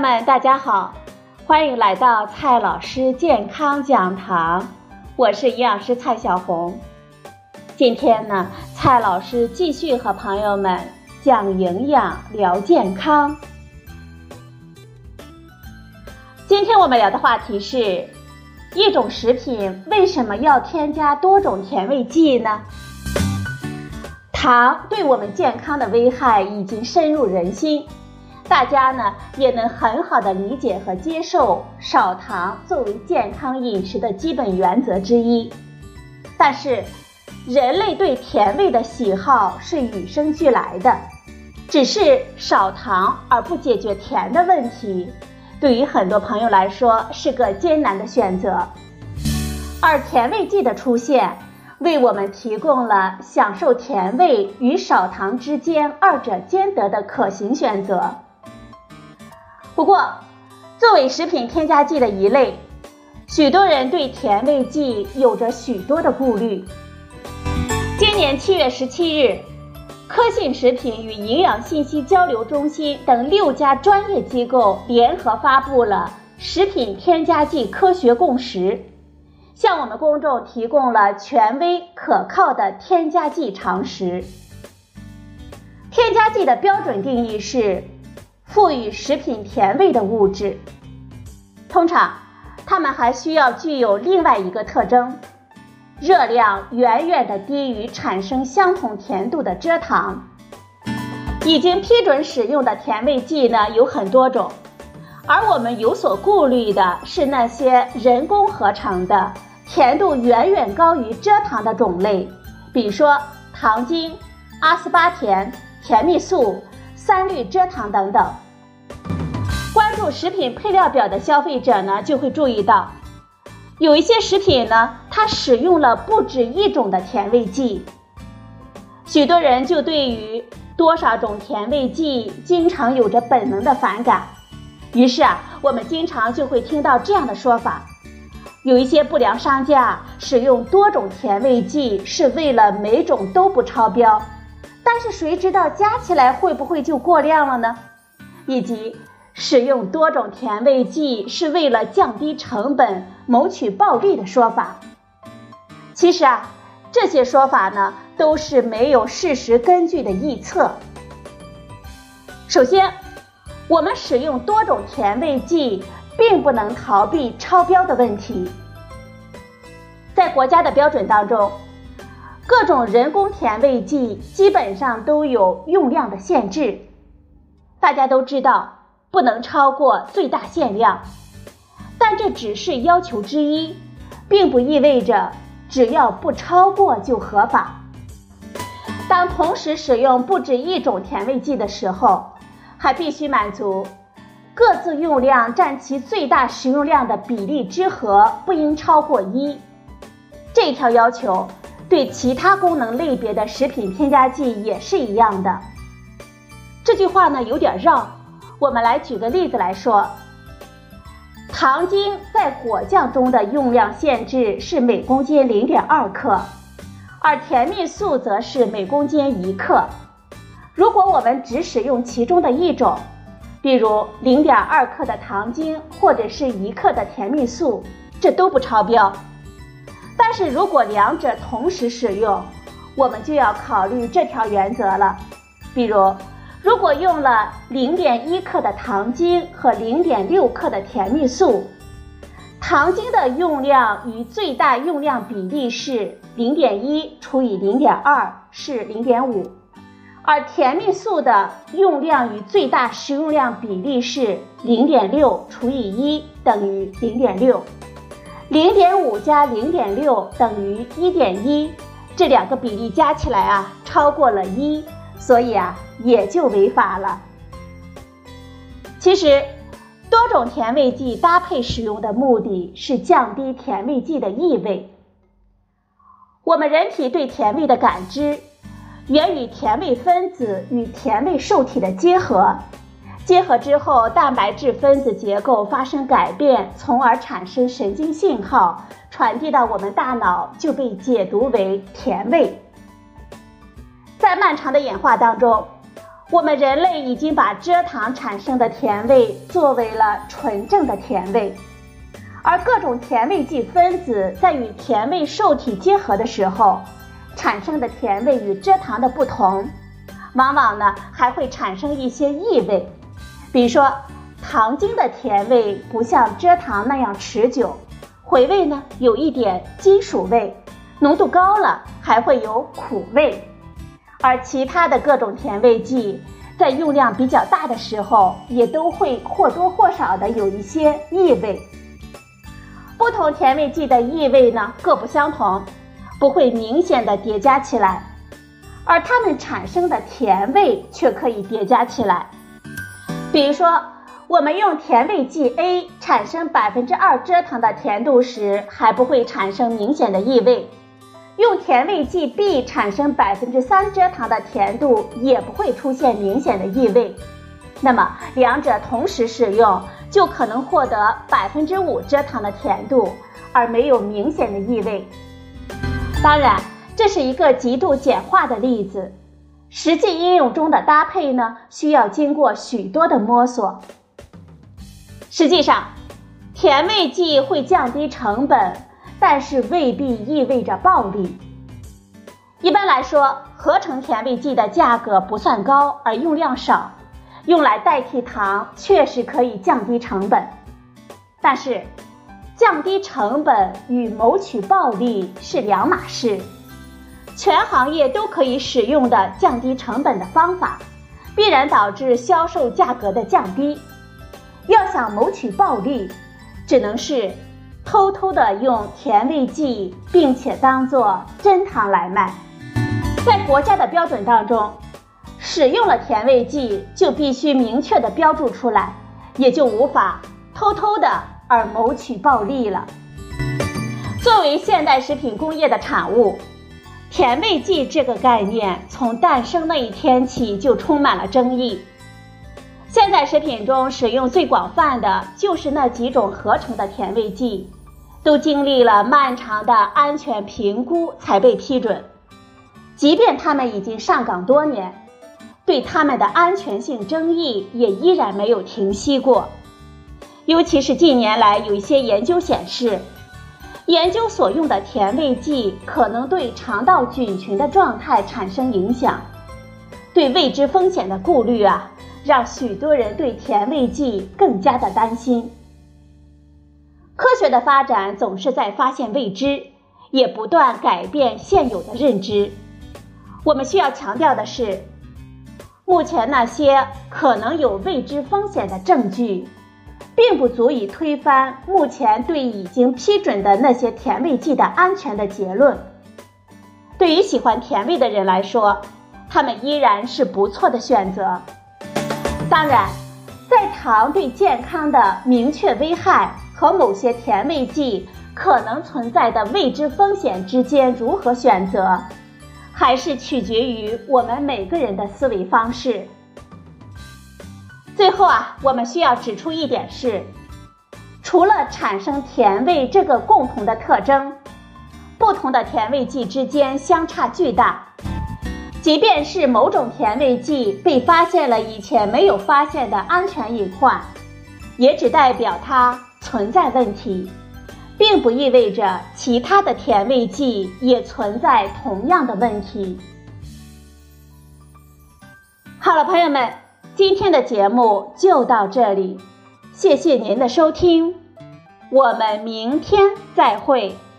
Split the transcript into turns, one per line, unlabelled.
们大家好，欢迎来到蔡老师健康讲堂，我是营养师蔡小红。今天呢，蔡老师继续和朋友们讲营养聊健康。今天我们聊的话题是，一种食品为什么要添加多种甜味剂呢？糖对我们健康的危害已经深入人心，大家呢也能很好的理解和接受少糖作为健康饮食的基本原则之一。但是人类对甜味的喜好是与生俱来的，只是少糖而不解决甜的问题，对于很多朋友来说是个艰难的选择。而甜味剂的出现为我们提供了享受甜味与少糖之间二者兼得的可行选择。不过，作为食品添加剂的一类，许多人对甜味剂有着许多的顾虑。今年7月17日，科信食品与营养信息交流中心等6家专业机构联合发布了食品添加剂科学共识，向我们公众提供了权威可靠的添加剂常识。添加剂的标准定义是赋予食品甜味的物质，通常它们还需要具有另外一个特征，热量远远地低于产生相同甜度的蔗糖。已经批准使用的甜味剂呢有很多种，而我们有所顾虑的是那些人工合成的甜度远远高于蔗糖的种类，比如说糖精、阿斯巴甜、甜蜜素、三氯蔗糖等等。关注食品配料表的消费者呢就会注意到，有一些食品呢它使用了不止一种的甜味剂。许多人就对于多少种甜味剂经常有着本能的反感，于是我们经常就会听到这样的说法，有一些不良商家使用多种甜味剂是为了每种都不超标，但是谁知道加起来会不会就过量了呢？以及使用多种甜味剂是为了降低成本谋取暴利的说法。其实这些说法呢都是没有事实根据的臆测。首先，我们使用多种甜味剂并不能逃避超标的问题。在国家的标准当中，各种人工甜味剂基本上都有用量的限制，大家都知道不能超过最大限量，但这只是要求之一，并不意味着只要不超过就合法。当同时使用不止一种甜味剂的时候，还必须满足各自用量占其最大食用量的比例之和不应超过1。这条要求对其他功能类别的食品添加剂也是一样的。这句话呢有点绕，我们来举个例子来说。糖精在果酱中的用量限制是每公斤 0.2 克，而甜蜜素则是每公斤1克。如果我们只使用其中的一种，比如 0.2 克的糖精或者是1克的甜蜜素，这都不超标。但是如果两者同时使用，我们就要考虑这条原则了。比如如果用了 0.1 克的糖精和 0.6 克的甜蜜素，糖精的用量与最大用量比例是 0.1 除以 0.2 是 0.5， 而甜蜜素的用量与最大食用量比例是 0.6 除以1等于 0.6， 0.5 加 0.6 等于 1.1， 这两个比例加起来超过了1，所以也就违法了。其实多种甜味剂搭配使用的目的是降低甜味剂的异味。我们人体对甜味的感知源于甜味分子与甜味受体的结合，结合之后蛋白质分子结构发生改变，从而产生神经信号，传递到我们大脑，就被解读为甜味。在漫长的演化当中， 我们人类已经把蔗糖产生的甜味作为了纯正的甜味，而各种甜味剂分子在与甜味受体结合的时候，产生的甜味与蔗糖的不同，往往呢还会产生一些异味。比如说糖精的甜味不像蔗糖那样持久，回味呢有一点金属味，浓度高了还会有苦味。而其他的各种甜味剂在用量比较大的时候，也都会或多或少的有一些异味。不同甜味剂的异味呢各不相同，不会明显的叠加起来，而它们产生的甜味却可以叠加起来。比如说我们用甜味剂 A 产生 2% 蔗糖的甜度时，还不会产生明显的异味，用甜味剂 B 产生 3% 蔗糖的甜度也不会出现明显的异味。那么两者同时使用，就可能获得 5% 蔗糖的甜度，而没有明显的异味。当然，这是一个极度简化的例子，实际应用中的搭配呢，需要经过许多的摸索。实际上，甜味剂会降低成本，但是未必意味着暴利。一般来说，合成甜味剂的价格不算高，而用量少，用来代替糖确实可以降低成本。但是，降低成本与谋取暴利是两码事。全行业都可以使用的降低成本的方法，必然导致销售价格的降低。要想谋取暴利，只能是偷偷的用甜味剂，并且当作真糖来卖。在国家的标准当中，使用了甜味剂就必须明确的标注出来，也就无法偷偷的而谋取暴利了。作为现代食品工业的产物，甜味剂这个概念从诞生那一天起就充满了争议。现在食品中使用最广泛的就是那几种合成的甜味剂，都经历了漫长的安全评估才被批准。即便它们已经上岗多年，对它们的安全性争议也依然没有停息过。尤其是近年来有一些研究显示，研究所用的甜味剂可能对肠道菌群的状态产生影响。对未知风险的顾虑让许多人对甜味剂更加的担心。科学的发展总是在发现未知，也不断改变现有的认知。我们需要强调的是，目前那些可能有未知风险的证据，并不足以推翻目前对已经批准的那些甜味剂的安全的结论。对于喜欢甜味的人来说，它们依然是不错的选择。当然，在糖对健康的明确危害和某些甜味剂可能存在的未知风险之间如何选择，还是取决于我们每个人的思维方式。最后我们需要指出一点是，除了产生甜味这个共同的特征，不同的甜味剂之间相差巨大。即便是某种甜味剂被发现了以前没有发现的安全隐患，也只代表它存在问题，并不意味着其他的甜味剂也存在同样的问题。好了，朋友们，今天的节目就到这里，谢谢您的收听，我们明天再会。